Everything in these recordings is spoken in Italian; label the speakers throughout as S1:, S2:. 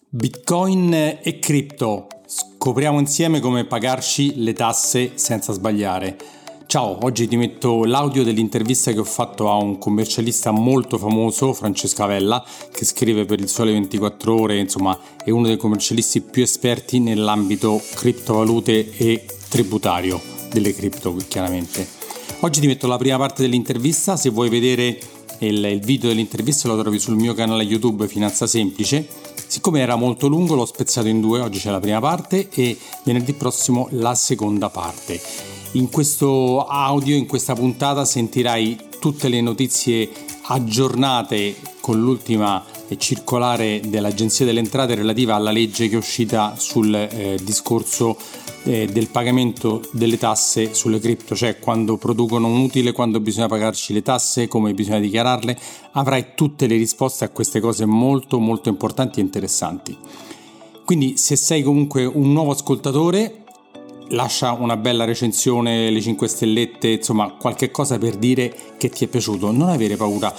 S1: Bitcoin e cripto. Scopriamo insieme come pagarci le tasse senza sbagliare. Ciao, oggi ti metto l'audio dell'intervista che ho fatto a un commercialista molto famoso, Francesco Avella, che scrive per il Sole 24 Ore, insomma è uno dei commercialisti più esperti nell'ambito criptovalute e tributario delle cripto, chiaramente. Oggi ti metto la prima parte dell'intervista. Se vuoi vedere il video dell'intervista lo trovi sul mio canale YouTube Finanza Semplice. Siccome era molto lungo l'ho spezzato in due, oggi c'è la prima parte e venerdì prossimo la seconda parte. In questo audio, in questa puntata sentirai tutte le notizie aggiornate con l'ultima circolare dell'Agenzia delle Entrate relativa alla legge che è uscita sul discorso del pagamento delle tasse sulle cripto, cioè quando producono un utile, quando bisogna pagarci le tasse, come bisogna dichiararle. Avrai tutte le risposte a queste cose molto importanti e interessanti. Quindi se sei comunque un nuovo ascoltatore, lascia una bella recensione, le 5 stellette, insomma qualche cosa per dire che ti è piaciuto. Non avere paura,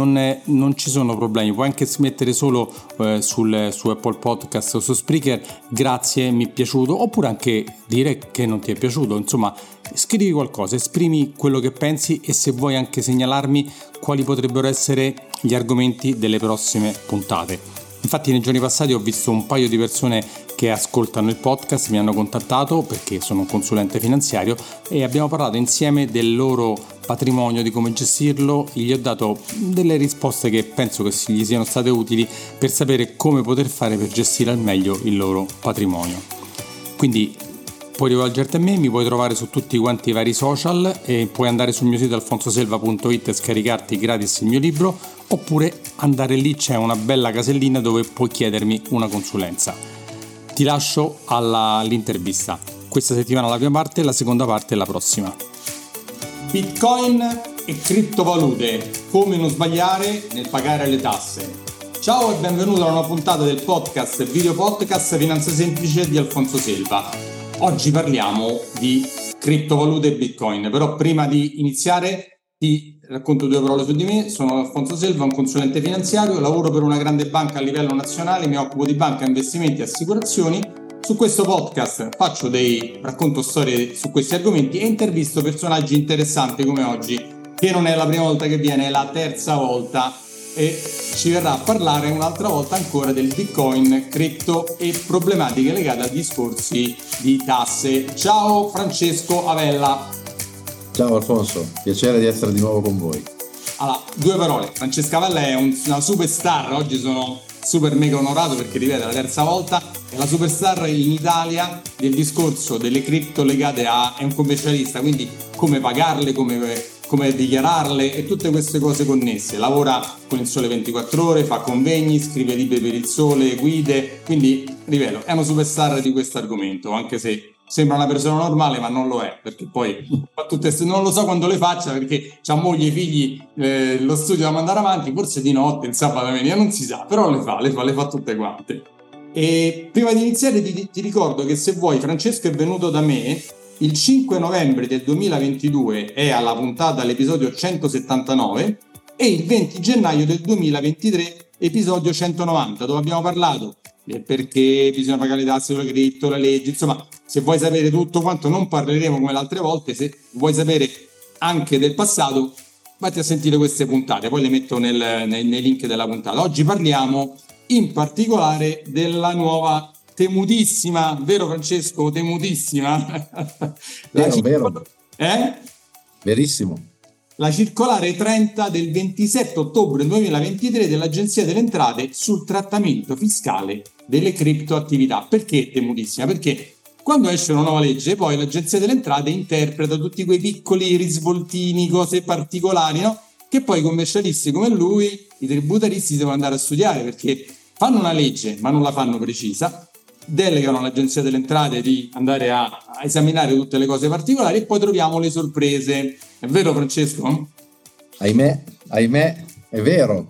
S1: non ci sono problemi, puoi anche smettere solo su Apple Podcast o su Spreaker, grazie, mi è piaciuto, oppure anche dire che non ti è piaciuto. Insomma, scrivi qualcosa, esprimi quello che pensi e se vuoi anche segnalarmi quali potrebbero essere gli argomenti delle prossime puntate. Infatti nei giorni passati ho visto un paio di persone che ascoltano il podcast, mi hanno contattato perché sono un consulente finanziario e abbiamo parlato insieme del loro patrimonio, di come gestirlo. Gli ho dato delle risposte che penso che gli siano state utili per sapere come poter fare per gestire al meglio il loro patrimonio. Quindi puoi rivolgerti a me, mi puoi trovare su tutti quanti i vari social e puoi andare sul mio sito alfonsoselva.it e scaricarti gratis il mio libro, oppure andare lì, c'è una bella casellina dove puoi chiedermi una consulenza. Ti lascio all'intervista. Questa settimana la prima parte, la seconda parte è la prossima. Bitcoin e criptovalute, come non sbagliare nel pagare le tasse. Ciao e benvenuto a una puntata del podcast video podcast Finanza Semplice di Alfonso Selva. Oggi parliamo di criptovalute e Bitcoin, però prima di iniziare ti racconto due parole su di me. Sono Alfonso Selva, un consulente finanziario, lavoro per una grande banca a livello nazionale, mi occupo di banca, investimenti e assicurazioni. Su questo podcast racconto storie su questi argomenti e intervisto personaggi interessanti come oggi, che non è la prima volta che viene, è la terza volta. E ci verrà a parlare un'altra volta ancora del Bitcoin, cripto e problematiche legate a discorsi di tasse. Ciao Francesco Avella.
S2: Ciao Alfonso, piacere di essere di nuovo con voi.
S1: Allora, due parole. Francesco Avella è una superstar, oggi sono super mega onorato perché ripete la terza volta, è la superstar in Italia del discorso delle cripto legate è un commercialista, quindi come pagarle, come dichiararle e tutte queste cose connesse. Lavora con il Sole 24 Ore, fa convegni, scrive libri per il Sole, guide, quindi ripeto, è una superstar di questo argomento, anche se sembra una persona normale ma non lo è, perché poi non lo so quando le faccia perché c'ha moglie, figli, lo studio da mandare avanti, forse di notte, il sabato, la domenica, non si sa, però le fa tutte quante. E prima di iniziare ti ricordo che se vuoi, Francesco è venuto da me il 5 novembre del 2022, è alla puntata all'episodio 179, e il 20 gennaio del 2023 episodio 190, dove abbiamo parlato del perché bisogna pagare le tasse sulle cripto, la legge, insomma, se vuoi sapere tutto quanto, non parleremo come le altre volte, se vuoi sapere anche del passato, vatti a sentire queste puntate, poi le metto nei link della puntata. Oggi parliamo in particolare della nuova temutissima, vero Francesco? Temutissima.
S2: Vero. Verissimo.
S1: La circolare 30 del 27 ottobre 2023 dell'Agenzia delle Entrate sul trattamento fiscale delle criptoattività. Perché temutissima? Perché quando esce una nuova legge, poi l'Agenzia delle Entrate interpreta tutti quei piccoli risvoltini, cose particolari, no? Che poi i commercialisti come lui, i tributaristi devono andare a studiare, perché fanno una legge ma non la fanno precisa, delegano all'Agenzia delle Entrate di andare a esaminare tutte le cose particolari e poi troviamo le sorprese. È vero Francesco?
S2: Ahimè, è vero.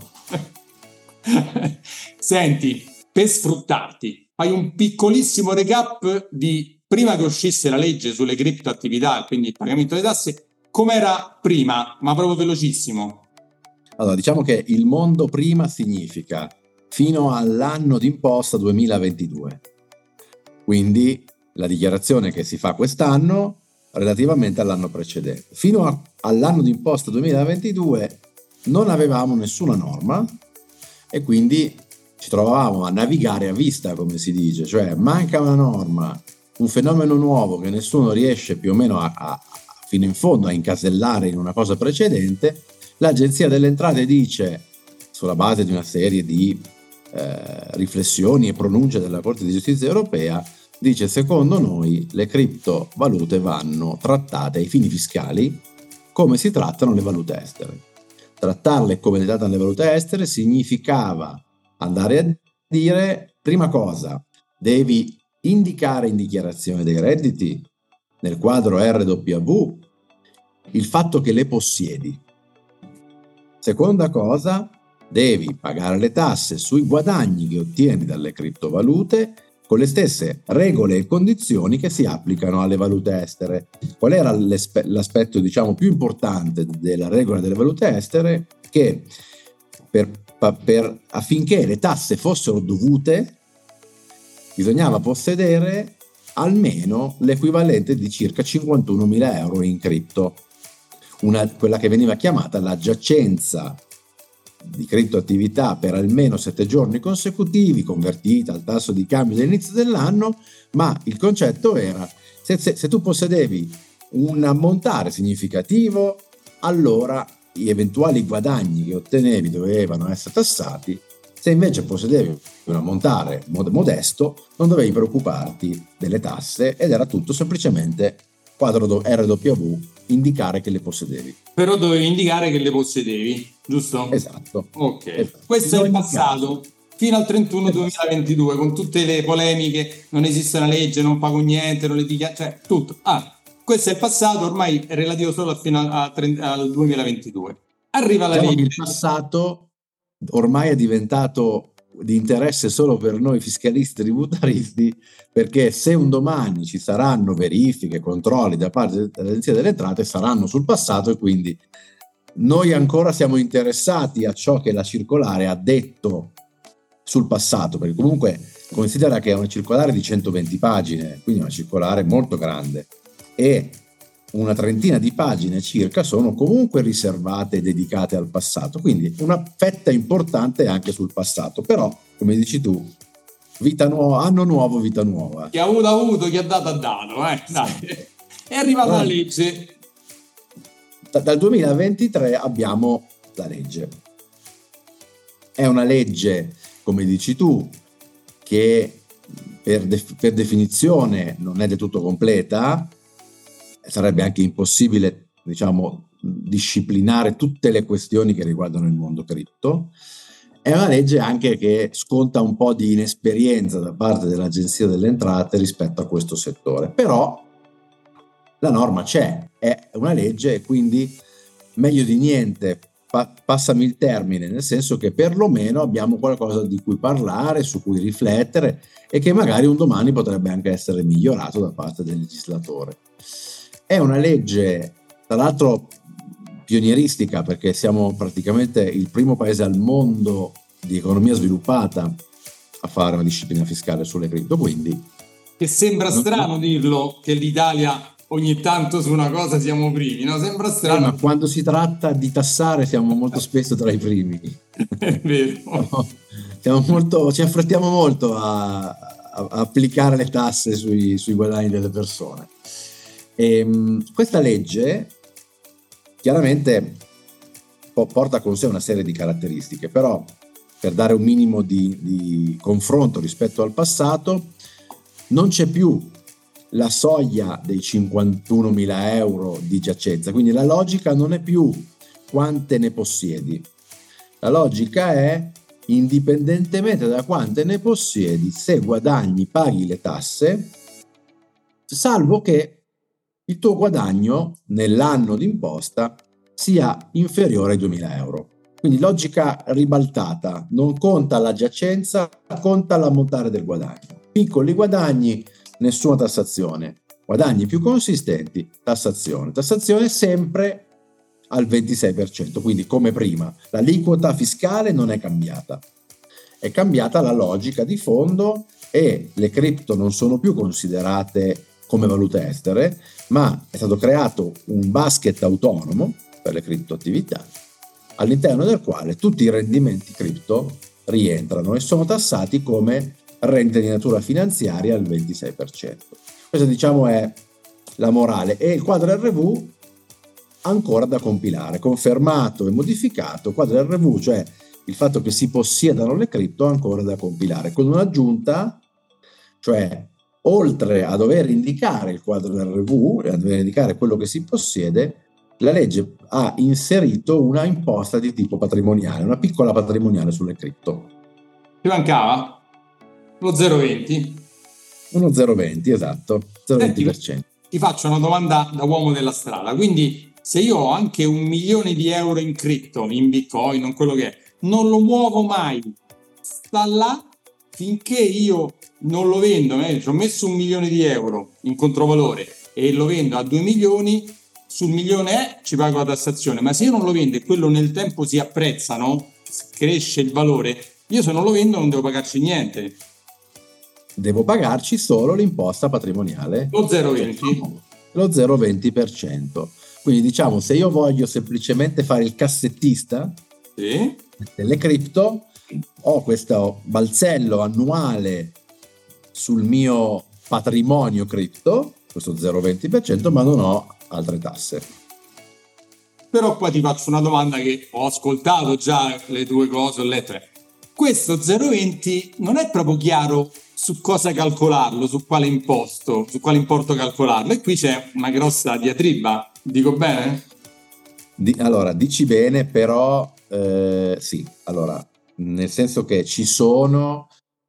S1: Senti, per sfruttarti, fai un piccolissimo recap di prima che uscisse la legge sulle criptoattività, quindi il pagamento delle tasse, com'era prima, ma proprio velocissimo.
S2: Allora, diciamo che il mondo prima significa fino all'anno d'imposta 2022. Quindi la dichiarazione che si fa quest'anno relativamente all'anno precedente. Fino all'anno d'imposta 2022 non avevamo nessuna norma e quindi ci trovavamo a navigare a vista, come si dice, cioè manca una norma, un fenomeno nuovo che nessuno riesce più o meno fino in fondo a incasellare in una cosa precedente. L'Agenzia delle Entrate dice, sulla base di una serie di riflessioni e pronunce della Corte di Giustizia europea, dice: secondo noi le criptovalute vanno trattate ai fini fiscali come si trattano le valute estere. Trattarle come si trattano le valute estere significava andare a dire: prima cosa, devi indicare in dichiarazione dei redditi nel quadro RWV il fatto che le possiedi. Seconda cosa, devi pagare le tasse sui guadagni che ottieni dalle criptovalute con le stesse regole e condizioni che si applicano alle valute estere. Qual era l'aspetto, diciamo, più importante della regola delle valute estere? Che affinché le tasse fossero dovute bisognava possedere almeno l'equivalente di circa 51.000 euro in cripto, quella che veniva chiamata la giacenza di criptoattività per almeno 7 giorni consecutivi, convertita al tasso di cambio dell'inizio dell'anno, ma il concetto era se tu possedevi un ammontare significativo, allora gli eventuali guadagni che ottenevi dovevano essere tassati. Se invece possedevi un ammontare modesto, non dovevi preoccuparti delle tasse ed era tutto semplicemente quadro RWV, indicare che le possedevi.
S1: Però dovevi indicare che le possedevi, giusto?
S2: Esatto.
S1: Ok.
S2: Esatto.
S1: Questo è il passato fino al 31 2022, con tutte le polemiche, non esiste una legge, non pago niente, non le dichiaro, cioè tutto. Questo è il passato, ormai è relativo solo fino al 2022. Arriva la legge.
S2: Il passato ormai è diventato di interesse solo per noi fiscalisti tributaristi, perché se un domani ci saranno verifiche, controlli da parte dell'Agenzia delle Entrate, saranno sul passato, e quindi noi ancora siamo interessati a ciò che la circolare ha detto sul passato, perché comunque considera che è una circolare di 120 pagine, quindi una circolare molto grande, e una trentina di pagine circa sono comunque riservate e dedicate al passato, quindi una fetta importante anche sul passato. Però, come dici tu, vita nuova, anno nuovo, vita nuova.
S1: Chi ha avuto, chi ha dato, dai. È arrivata la legge.
S2: Dal 2023 abbiamo la legge. È una legge, come dici tu, che per definizione non è del tutto completa. Sarebbe anche impossibile, diciamo, disciplinare tutte le questioni che riguardano il mondo cripto. È una legge anche che sconta un po' di inesperienza da parte dell'Agenzia delle Entrate rispetto a questo settore, però la norma c'è, è una legge, e quindi meglio di niente, passami il termine, nel senso che perlomeno abbiamo qualcosa di cui parlare, su cui riflettere, e che magari un domani potrebbe anche essere migliorato da parte del legislatore. È una legge, tra l'altro, pionieristica, perché siamo praticamente il primo paese al mondo di economia sviluppata a fare una disciplina fiscale sulle cripto, quindi...
S1: Che sembra strano dirlo, che l'Italia ogni tanto su una cosa siamo primi, no? Sembra strano.
S2: Ma quando si tratta di tassare siamo molto spesso tra i primi.
S1: È vero.
S2: Ci affrettiamo molto a applicare le tasse sui guadagni delle persone. Questa legge chiaramente porta con sé una serie di caratteristiche, però per dare un minimo di confronto rispetto al passato, non c'è più la soglia dei 51.000 euro di giacenza, quindi la logica non è più quante ne possiedi, la logica è indipendentemente da quante ne possiedi, se guadagni paghi le tasse, salvo che il tuo guadagno nell'anno d'imposta sia inferiore ai 2.000 euro. Quindi logica ribaltata, non conta la giacenza, conta l'ammontare del guadagno. Piccoli guadagni, nessuna tassazione. Guadagni più consistenti, tassazione. Tassazione sempre al 26%, quindi come prima. L'aliquota fiscale non è cambiata. è cambiata la logica di fondo e le cripto non sono più considerate come valute estere, ma è stato creato un basket autonomo per le criptoattività, all'interno del quale tutti i rendimenti cripto rientrano e sono tassati come rendite di natura finanziaria al 26%. Questa, diciamo, è la morale, e il quadro RV ancora da compilare, confermato e modificato. Quadro RV, cioè il fatto che si possiedano le cripto, ancora da compilare, con un'aggiunta, cioè oltre a dover indicare il quadro RV e a dover indicare quello che si possiede, la legge ha inserito una imposta di tipo patrimoniale, una piccola patrimoniale sulle cripto.
S1: Ti mancava? Lo 0,20?
S2: Uno 0,20, esatto, 0,20%.
S1: Senti, ti faccio una domanda da uomo della strada. Quindi se io ho anche 1.000.000 di euro in cripto, in bitcoin, non quello che è, non lo muovo mai, sta là finché io non lo vendo, ci ho messo 1.000.000 di euro in controvalore e lo vendo a 2 milioni, sul milione ci pago la tassazione, ma se io non lo vendo e quello nel tempo si apprezza, no? Cresce il valore, io se non lo vendo non devo pagarci niente.
S2: Devo pagarci solo l'imposta patrimoniale.
S1: Lo 0,20.
S2: Lo 0,20%. Quindi diciamo, se io voglio semplicemente fare il cassettista delle cripto, ho questo balzello annuale sul mio patrimonio cripto, questo 0,20%, ma non ho altre tasse.
S1: Però qua ti faccio una domanda che ho ascoltato già le tue cose, ho letto. Questo 0,20 non è proprio chiaro su cosa calcolarlo, su quale importo calcolarlo, e qui c'è una grossa diatriba, dico bene?
S2: Allora, dici bene, però sì, allora, nel senso che ci sono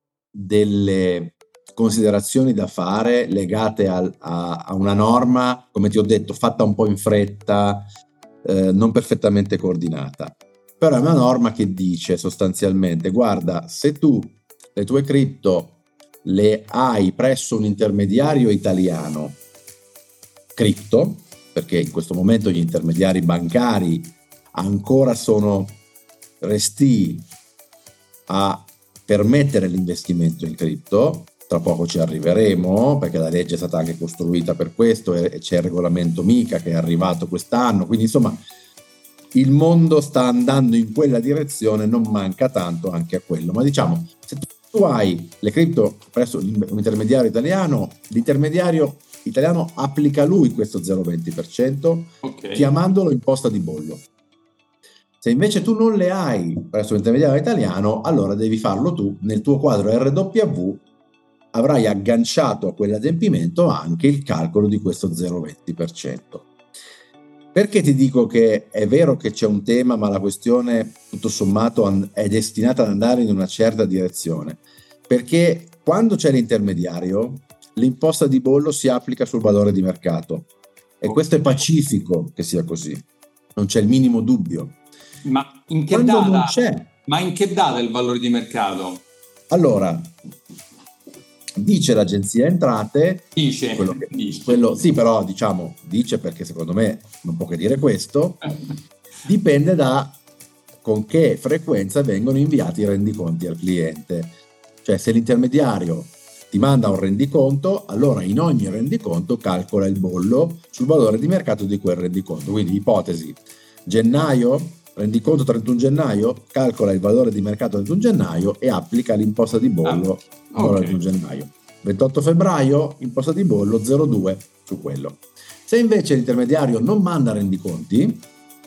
S2: delle considerazioni da fare legate a una norma, come ti ho detto, fatta un po' in fretta, non perfettamente coordinata. Però è una norma che dice sostanzialmente: guarda, se tu le tue cripto le hai presso un intermediario italiano cripto, perché in questo momento gli intermediari bancari ancora sono restii a permettere l'investimento in cripto, tra poco ci arriveremo perché la legge è stata anche costruita per questo e c'è il regolamento MiCA che è arrivato quest'anno, quindi insomma il mondo sta andando in quella direzione, non manca tanto anche a quello, ma diciamo, se tu hai le cripto presso un intermediario italiano, l'intermediario italiano applica lui questo 0,20%, okay, chiamandolo imposta di bollo. Se invece tu non le hai presso l'intermediario italiano, allora devi farlo tu nel tuo quadro RW, avrai agganciato a quell'adempimento anche il calcolo di questo 0,20%. Perché ti dico che è vero che c'è un tema, ma la questione tutto sommato è destinata ad andare in una certa direzione? Perché quando c'è l'intermediario, l'imposta di bollo si applica sul valore di mercato, e questo è pacifico che sia così, non c'è il minimo dubbio.
S1: Ma in che data? Non c'è. Ma in che data il valore di mercato?
S2: Allora, dice l'agenzia entrate,
S1: dice.
S2: Sì, però diciamo dice perché secondo me non può che dire questo, dipende da con che frequenza vengono inviati i rendiconti al cliente. Cioè, se l'intermediario ti manda un rendiconto, allora in ogni rendiconto calcola il bollo sul valore di mercato di quel rendiconto. Quindi ipotesi: gennaio, rendiconto 31 gennaio, calcola il valore di mercato 31 gennaio e applica l'imposta di bollo al valore 31 gennaio. 28 febbraio, imposta di bollo 0,2 su quello. Se invece l'intermediario non manda rendiconti,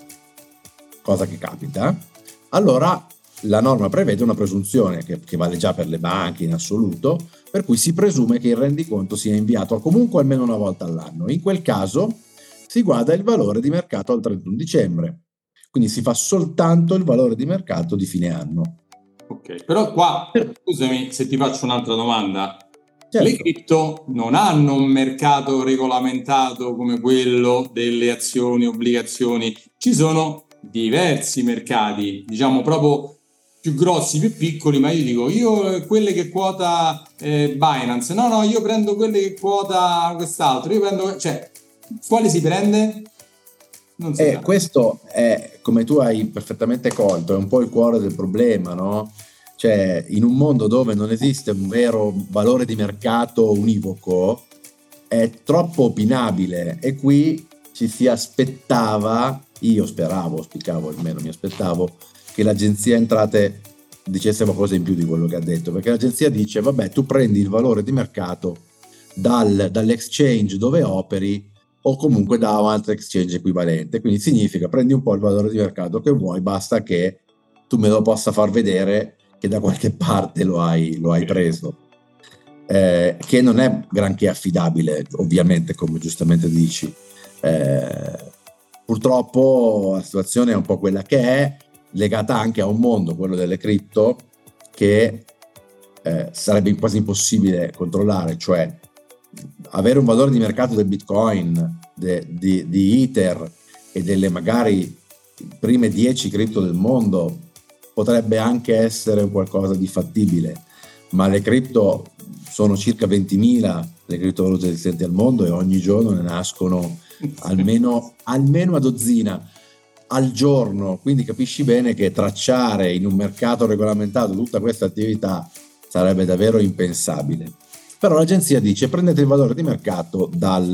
S2: cosa che capita, allora la norma prevede una presunzione che vale già per le banche in assoluto, per cui si presume che il rendiconto sia inviato comunque almeno una volta all'anno. In quel caso si guarda il valore di mercato al 31 dicembre. Quindi si fa soltanto il valore di mercato di fine anno.
S1: Ok, però qua, scusami se ti faccio un'altra domanda. Certo. Le cripto non hanno un mercato regolamentato come quello delle azioni, obbligazioni. Ci sono diversi mercati, diciamo proprio più grossi, più piccoli, ma io quelle che quota Binance, no, io prendo quelle che quota quest'altro, io prendo, cioè, quale si prende? Questo è, come tu hai perfettamente colto, è un po' il cuore del problema, no?
S2: Cioè, in un mondo dove non esiste un vero valore di mercato univoco, è troppo opinabile, e qui ci si aspettava, io speravo, auspicavo almeno, mi aspettavo che l'agenzia entrate dicesse qualcosa in più di quello che ha detto, perché l'agenzia dice, vabbè, tu prendi il valore di mercato dall'exchange dove operi o comunque da un altro exchange equivalente, quindi significa prendi un po' il valore di mercato che vuoi, basta che tu me lo possa far vedere che da qualche parte lo hai preso, che non è granché affidabile, ovviamente, come giustamente dici. Purtroppo la situazione è un po' quella che è, legata anche a un mondo, quello delle cripto, che sarebbe quasi impossibile controllare, cioè avere un valore di mercato del Bitcoin, di Ether e delle magari prime 10 cripto del mondo potrebbe anche essere un qualcosa di fattibile, ma le cripto sono circa 20.000 le criptovalute esistenti al mondo, e ogni giorno ne nascono almeno a dozzina al giorno, quindi capisci bene che tracciare in un mercato regolamentato tutta questa attività sarebbe davvero impensabile. Però l'agenzia dice: prendete il valore di mercato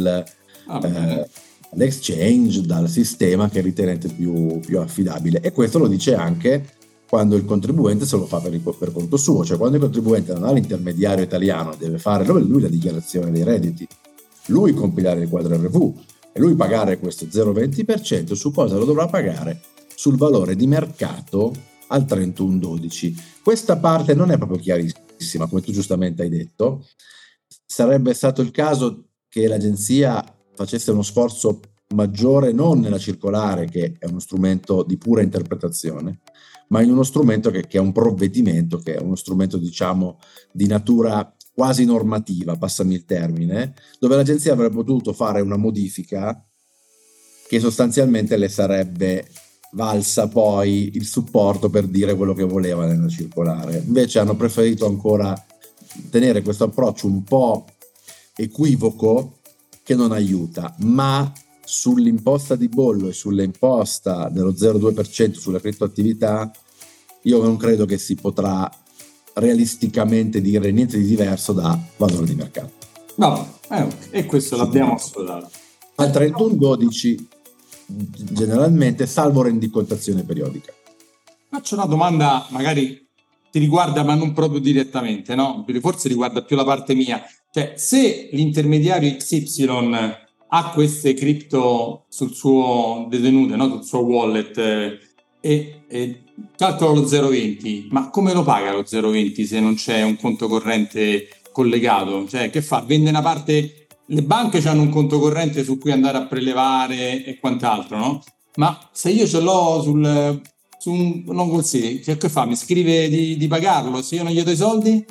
S2: dall'exchange, dal sistema che ritenete più affidabile, e questo lo dice anche quando il contribuente se lo fa per conto suo, cioè quando il contribuente non ha l'intermediario italiano, deve fare lui la dichiarazione dei redditi, lui compilare il quadro RV e lui pagare questo 0,20%, su cosa lo dovrà pagare? Sul valore di mercato al 31/12. Questa parte non è proprio chiarissima, come tu giustamente hai detto. Sarebbe stato il caso che l'agenzia facesse uno sforzo maggiore non nella circolare, che è uno strumento di pura interpretazione, ma in uno strumento che è un provvedimento, che è uno strumento, diciamo, di natura quasi normativa, passami il termine, dove l'agenzia avrebbe potuto fare una modifica che sostanzialmente le sarebbe valsa poi il supporto per dire quello che voleva nella circolare. Invece hanno preferito ancora tenere questo approccio un po' equivoco, che non aiuta, ma sull'imposta di bollo e sull'imposta dello 0,2% sulla criptoattività io non credo che si potrà realisticamente dire niente di diverso da valore di mercato.
S1: No, e questo l'abbiamo ascoltato.
S2: Al 31/12 generalmente, salvo rendicontazione periodica.
S1: Faccio una domanda, magari ti riguarda ma non proprio direttamente, no? Forse riguarda più la parte mia. Cioè, se l'intermediario XY ha queste cripto sul suo detenute, no? Sul suo wallet, e calcola lo 0,20, ma come lo paga lo 0,20 se non c'è un conto corrente collegato? Cioè, che fa? Vende una parte, le banche hanno un conto corrente su cui andare a prelevare e quant'altro, no? Ma se io ce l'ho su un non consigli, cioè, che fa? Mi scrive di pagarlo se io non gli do i soldi?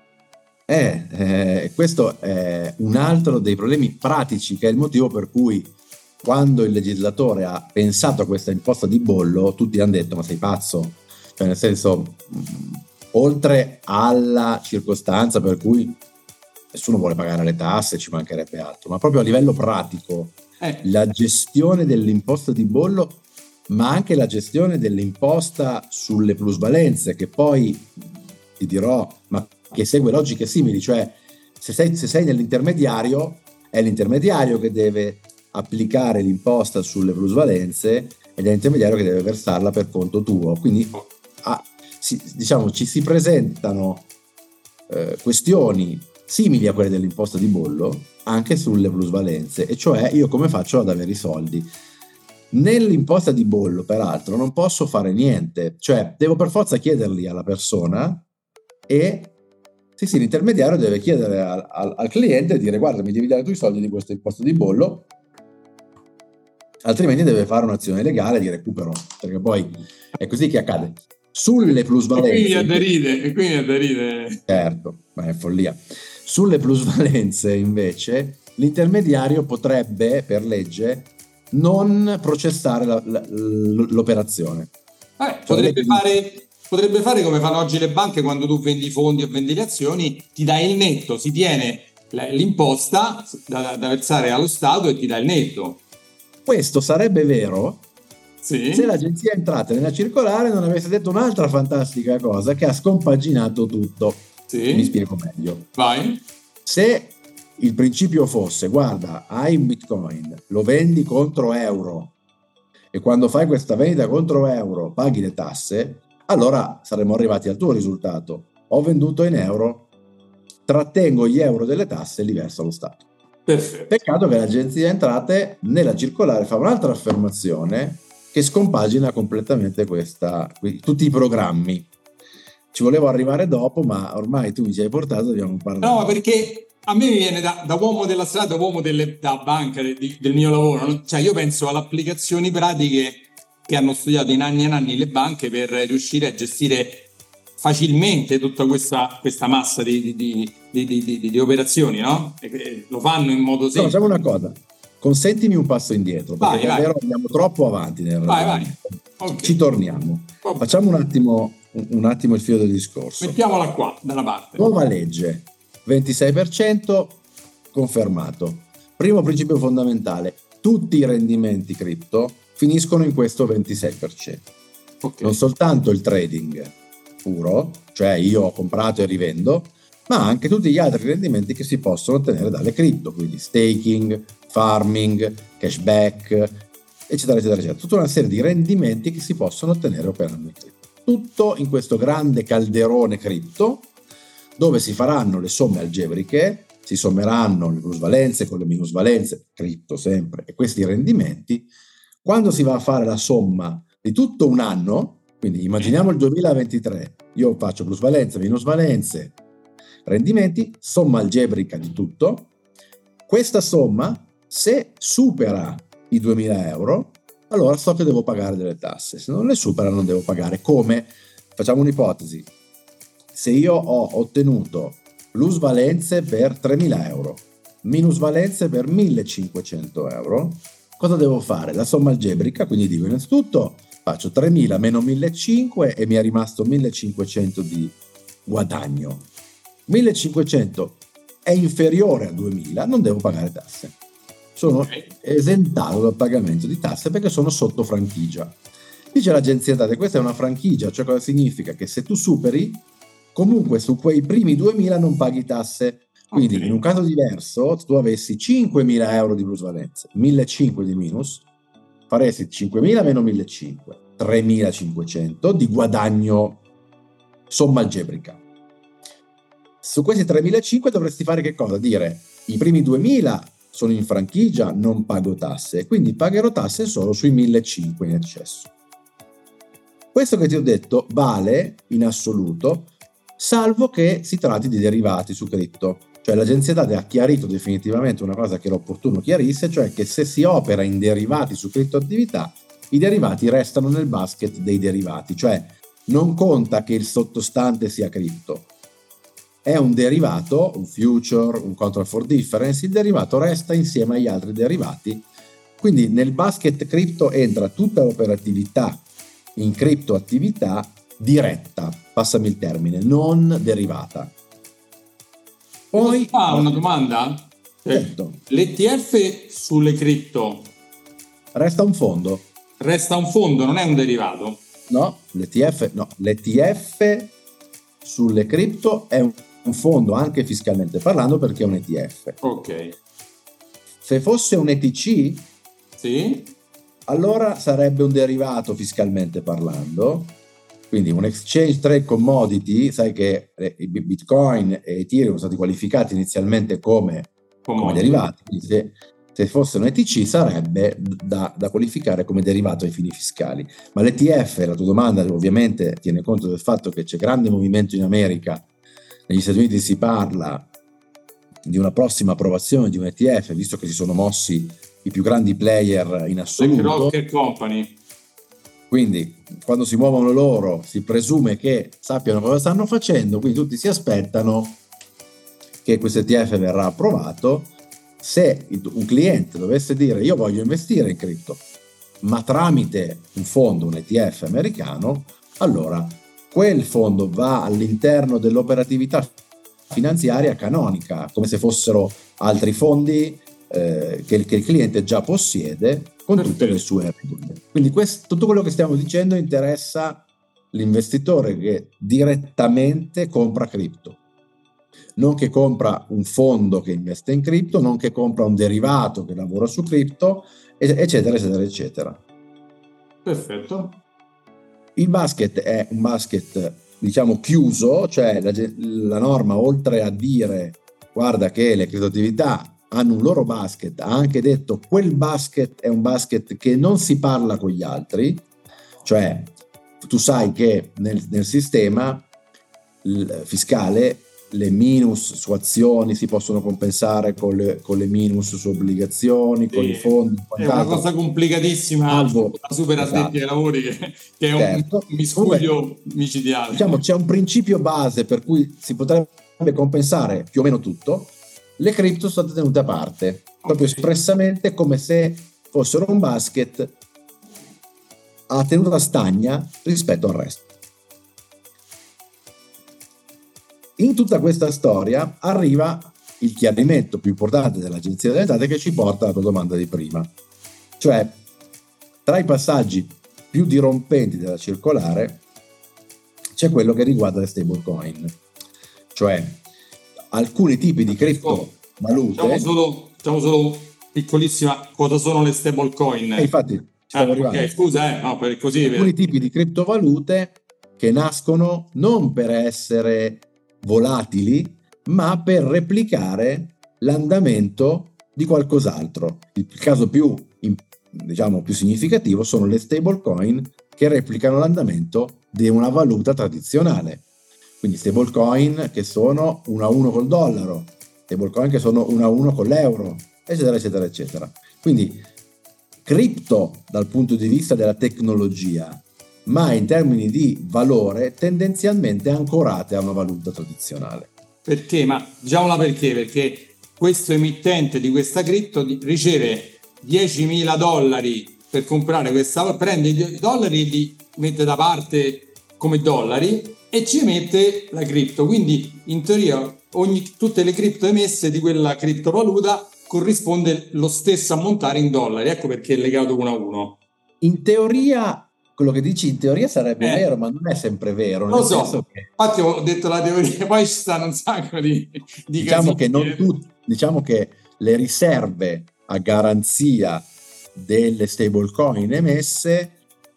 S2: Questo è un altro dei problemi pratici, che è il motivo per cui, quando il legislatore ha pensato a questa imposta di bollo, tutti hanno detto: ma sei pazzo? Cioè, nel senso, oltre alla circostanza per cui nessuno vuole pagare le tasse, ci mancherebbe altro, ma proprio a livello pratico, la gestione dell'imposta di bollo, ma anche la gestione dell'imposta sulle plusvalenze, che poi ti dirò, ma che segue logiche simili, cioè se sei nell'intermediario, è l'intermediario che deve applicare l'imposta sulle plusvalenze ed è l'intermediario che deve versarla per conto tuo. Quindi diciamo ci si presentano questioni simili a quelle dell'imposta di bollo anche sulle plusvalenze, e cioè io come faccio ad avere i soldi? Nell'imposta di bollo, peraltro, non posso fare niente, cioè devo per forza chiederli alla persona, e sì, l'intermediario deve chiedere al cliente e dire: guarda, mi devi dare tu i soldi di questo imposta di bollo, altrimenti deve fare un'azione legale di recupero, perché poi è così che accade. Sulle plusvalenze,
S1: e quindi aderite.
S2: Certo, ma è follia. Sulle plusvalenze invece l'intermediario potrebbe per legge non processare l'operazione.
S1: Potrebbe fare come fanno oggi le banche: quando tu vendi fondi o vendi le azioni, ti dai il netto, si tiene l'imposta da versare allo Stato e ti dà il netto.
S2: Questo sarebbe vero
S1: Sì.
S2: Se l'agenzia entrate nella circolare non avesse detto un'altra fantastica cosa che ha scompaginato tutto.
S1: Sì.
S2: Mi spiego meglio.
S1: Vai.
S2: Se il principio fosse, guarda, hai un Bitcoin, lo vendi contro euro e quando fai questa vendita contro euro paghi le tasse, allora saremmo arrivati al tuo risultato. Ho venduto in euro, trattengo gli euro delle tasse e li verso allo Stato.
S1: Perfetto.
S2: Peccato che l'agenzia entrate nella circolare fa un'altra affermazione che scompagina completamente tutti i programmi. Ci volevo arrivare dopo, ma ormai tu mi ci hai portato, dobbiamo parlare.
S1: No, perché a me viene da uomo della strada, uomo da banca, del mio lavoro, no? Cioè io penso alle applicazioni pratiche che hanno studiato in anni le banche per riuscire a gestire facilmente tutta questa massa di operazioni, no? E lo fanno in modo semplice.
S2: Facciamo una cosa, consentimi un passo indietro, perché davvero andiamo troppo avanti nel ragionamento. Okay. Ci torniamo. Okay. Facciamo un attimo il filo del discorso.
S1: Mettiamola qua, da una parte.
S2: Nuova legge, 26% confermato. Primo principio fondamentale, tutti i rendimenti cripto finiscono in questo 26%. Okay. Non soltanto il trading puro, cioè io ho comprato e rivendo, ma anche tutti gli altri rendimenti che si possono ottenere dalle cripto, quindi staking, farming, cashback, eccetera, eccetera, eccetera. Tutta una serie di rendimenti che si possono ottenere operando in cripto. Tutto in questo grande calderone cripto, dove si faranno le somme algebriche, si sommeranno le plusvalenze con le minusvalenze, cripto sempre, e questi rendimenti, quando si va a fare la somma di tutto un anno, quindi immaginiamo il 2023, io faccio plusvalenze, minusvalenze, rendimenti, somma algebrica di tutto, questa somma, se supera i 2.000 euro, allora so che devo pagare delle tasse, se non le supera non devo pagare. Come? Facciamo un'ipotesi. Se io ho ottenuto plusvalenze per 3.000 euro, minusvalenze per 1.500 euro, cosa devo fare? La somma algebrica, quindi dico innanzitutto faccio 3.000 meno 1.500 e mi è rimasto 1.500 di guadagno. 1.500 è inferiore a 2.000, non devo pagare tasse. Sono esentato dal pagamento di tasse perché sono sotto franchigia. Dice l'agenzia entrate, questa è una franchigia, cioè cosa significa? Che se tu superi, comunque su quei primi 2.000 non paghi tasse. Quindi in un caso diverso, se tu avessi 5.000 euro di plusvalenze, 1.500 di minus, faresti 5.000 meno 1.500, 3.500 di guadagno somma algebrica. Su questi 3.500 dovresti fare che cosa? Dire i primi 2.000 sono in franchigia, non pago tasse, quindi pagherò tasse solo sui 1.500 in eccesso. Questo che ti ho detto vale in assoluto, salvo che si tratti di derivati su cripto. Cioè l'agenzia date ha chiarito definitivamente una cosa che era opportuno chiarisse, cioè che se si opera in derivati su criptoattività, i derivati restano nel basket dei derivati, cioè non conta che il sottostante sia cripto. È un derivato, un future, un contract for difference, il derivato resta insieme agli altri derivati, quindi nel basket cripto entra tutta l'operatività in criptoattività diretta, passami il termine, non derivata. Poi
S1: una domanda?
S2: Certo.
S1: L'ETF sulle cripto
S2: resta un fondo.
S1: Resta un fondo, non è un derivato?
S2: No, l'ETF sulle cripto è un fondo anche fiscalmente parlando perché è un ETF.
S1: Ok.
S2: Se fosse un ETC,
S1: sì,
S2: allora sarebbe un derivato fiscalmente parlando, quindi un exchange trade commodity. Sai che i Bitcoin e Ethereum sono stati qualificati inizialmente come derivati, quindi se fosse un ETC sarebbe da qualificare come derivato ai fini fiscali. Ma l'ETF, la tua domanda ovviamente tiene conto del fatto che c'è grande movimento in America, negli Stati Uniti si parla di una prossima approvazione di un ETF, visto che si sono mossi i più grandi player in assoluto.
S1: BlackRock Company.
S2: Quindi quando si muovono loro si presume che sappiano cosa stanno facendo, quindi tutti si aspettano che questo ETF verrà approvato. Se un cliente dovesse dire io voglio investire in cripto, ma tramite un fondo, un ETF americano, allora quel fondo va all'interno dell'operatività finanziaria canonica, come se fossero altri fondi che il cliente già possiede, con tutte le sue regole. Quindi tutto quello che stiamo dicendo interessa l'investitore che direttamente compra cripto, non che compra un fondo che investe in cripto, non che compra un derivato che lavora su cripto, eccetera, eccetera, eccetera.
S1: Perfetto.
S2: Il basket è un basket, diciamo, chiuso, cioè la norma, oltre a dire guarda che le criptoattività hanno un loro basket, ha anche detto quel basket è un basket che non si parla con gli altri, cioè tu sai che nel sistema fiscale le minus su azioni si possono compensare con le minus su obbligazioni, con i fondi.
S1: È una cosa complicatissima, super addetti ai lavori, che è
S2: certo.
S1: Un miscuglio micidiale.
S2: Diciamo, c'è un principio base per cui si potrebbe compensare più o meno tutto. Le cripto sono state tenute a parte, proprio espressamente, come se fossero un basket a tenuta stagna rispetto al resto. In tutta questa storia arriva il chiarimento più importante dell'Agenzia delle Entrate, che ci porta alla tua domanda di prima. Cioè, tra i passaggi più dirompenti della circolare c'è quello che riguarda le stablecoin, cioè alcuni tipi di criptovalute.
S1: Diciamo solo piccolissima, cosa sono le stablecoin?
S2: Infatti,
S1: ok, scusa, no, per così.
S2: Alcuni tipi di criptovalute che nascono non per essere volatili, ma per replicare l'andamento di qualcos'altro. Il caso più significativo sono le stablecoin, che replicano l'andamento di una valuta tradizionale. Quindi stablecoin che sono 1 a 1 col dollaro, stablecoin che sono 1 a 1 con l'euro, eccetera, eccetera, eccetera. Quindi cripto dal punto di vista della tecnologia, ma in termini di valore tendenzialmente ancorate a una valuta tradizionale.
S1: Perché? Ma diciamola perché questo emittente di questa cripto riceve $10.000 per comprare questa, prende i dollari e li mette da parte come dollari e ci mette la cripto. Quindi in teoria tutte le cripto emesse di quella criptovaluta corrisponde lo stesso ammontare in dollari. Ecco perché è legato 1 a 1.
S2: In teoria, quello che dici in teoria sarebbe vero, ma non è sempre vero.
S1: Lo so, infatti ho detto la teoria, poi ci stanno un sacco di
S2: diciamo che diciamo che le riserve a garanzia delle stablecoin emesse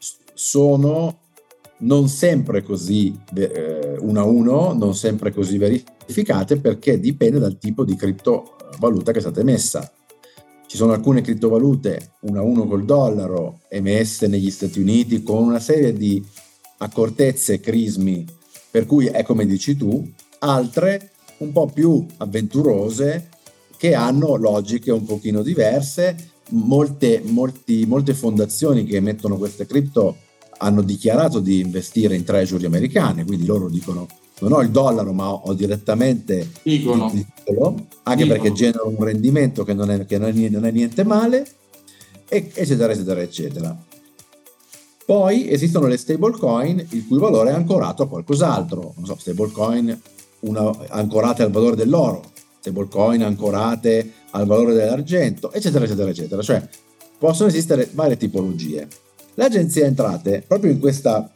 S2: sono non sempre così 1 a 1, non sempre così verificate, perché dipende dal tipo di criptovaluta che è stata emessa. Ci sono alcune criptovalute 1 a 1 col dollaro emesse negli Stati Uniti con una serie di accortezze e crismi, per cui è come dici tu, altre un po' più avventurose che hanno logiche un pochino diverse. Molte fondazioni che emettono queste cripto hanno dichiarato di investire in treasury americane, quindi loro dicono non ho il dollaro ma ho direttamente il titolo, anche perché generano un rendimento che non è niente male, eccetera, eccetera, eccetera. Poi esistono le stablecoin il cui valore è ancorato a qualcos'altro, non so, stablecoin ancorate al valore dell'oro, stablecoin ancorate al valore dell'argento, eccetera, eccetera, eccetera. Cioè possono esistere varie tipologie. L'Agenzia Entrate, proprio in questa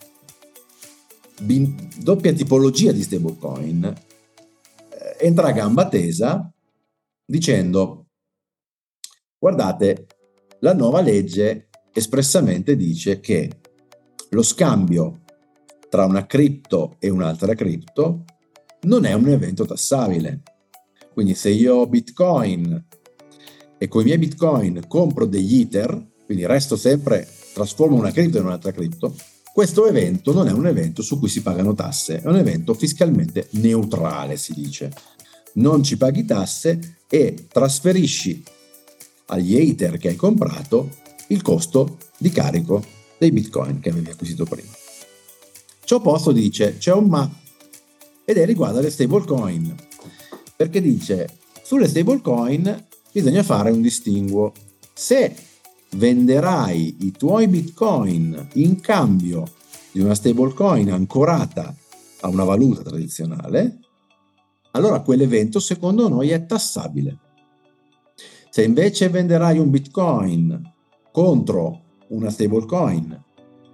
S2: doppia tipologia di stablecoin, entra a gamba tesa dicendo: guardate, la nuova legge espressamente dice che lo scambio tra una cripto e un'altra cripto non è un evento tassabile. Quindi se io ho Bitcoin e con i miei Bitcoin compro degli Ether, quindi trasformo una cripto in un'altra cripto, questo evento non è un evento su cui si pagano tasse, è un evento fiscalmente neutrale, si dice. Non ci paghi tasse e trasferisci agli Ether che hai comprato il costo di carico dei Bitcoin che avevi acquisito prima. Ciò posto dice, c'è un ma, ed è riguarda le stablecoin, perché dice sulle stablecoin bisogna fare un distinguo. Se venderai i tuoi Bitcoin in cambio di una stablecoin ancorata a una valuta tradizionale, allora quell'evento secondo noi è tassabile. Se invece venderai un Bitcoin contro una stablecoin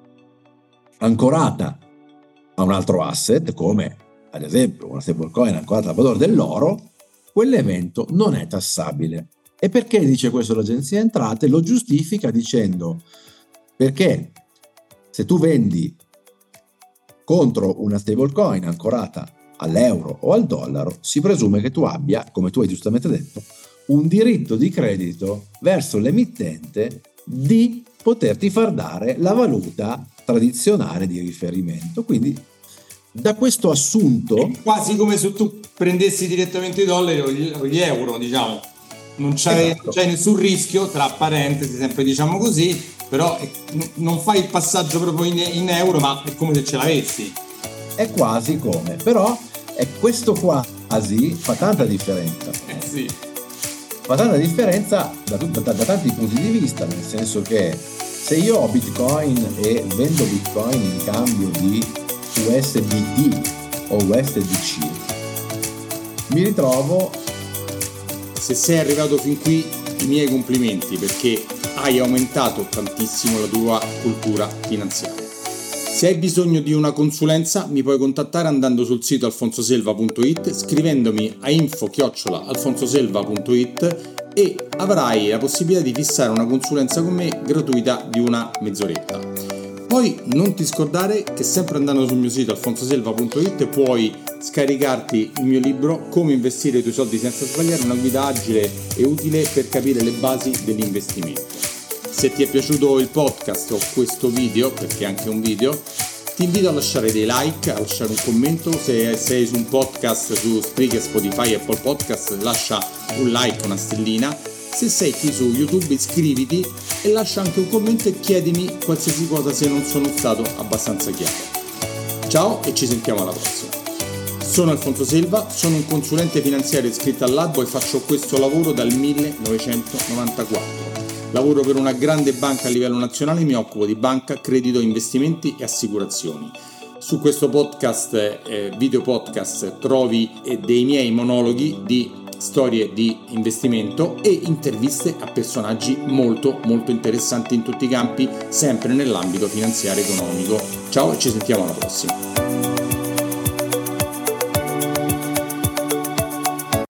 S2: ancorata a un altro asset, come ad esempio una stablecoin ancorata al valore dell'oro, quell'evento non è tassabile. E perché dice questo l'Agenzia Entrate? Lo giustifica dicendo perché se tu vendi contro una stablecoin ancorata all'euro o al dollaro, si presume che tu abbia, come tu hai giustamente detto, un diritto di credito verso l'emittente di poterti far dare la valuta tradizionale di riferimento. Quindi da questo assunto
S1: è quasi come se tu prendessi direttamente i dollari o gli euro, diciamo, non c'è nessun rischio, tra parentesi, sempre diciamo così, però non fai il passaggio proprio in euro, ma è come se ce l'avessi.
S2: È quasi come, però è questo quasi fa tanta differenza.
S1: Sì.
S2: Fa tanta differenza da tanti punti di vista, nel senso che se io ho Bitcoin e vendo Bitcoin in cambio di USDT o USDC, mi ritrovo...
S1: Se sei arrivato fin qui, i miei complimenti, perché hai aumentato tantissimo la tua cultura finanziaria. Se hai bisogno di una consulenza mi puoi contattare andando sul sito alfonsoselva.it, scrivendomi a info@alfonsoselva.it e avrai la possibilità di fissare una consulenza con me gratuita di una mezz'oretta. Poi non ti scordare che sempre andando sul mio sito alfonsoselva.it puoi scaricarti il mio libro Come investire i tuoi soldi senza sbagliare, una guida agile e utile per capire le basi dell'investimento. Se ti è piaciuto il podcast o questo video, perché è anche un video, ti invito a lasciare dei like, a lasciare un commento. Se sei su un podcast su Spreaker, Spotify, Apple Podcast, lascia un like, una stellina. Se sei qui su YouTube iscriviti e lascia anche un commento e chiedimi qualsiasi cosa se non sono stato abbastanza chiaro. Ciao e ci sentiamo alla prossima. Sono Alfonso Selva, sono un consulente finanziario iscritto all'albo e faccio questo lavoro dal 1994. Lavoro per una grande banca a livello nazionale e mi occupo di banca, credito, investimenti e assicurazioni. Su questo podcast, video podcast, trovi dei miei monologhi di storie di investimento e interviste a personaggi molto molto interessanti in tutti i campi, sempre nell'ambito finanziario economico. Ciao e ci sentiamo alla prossima.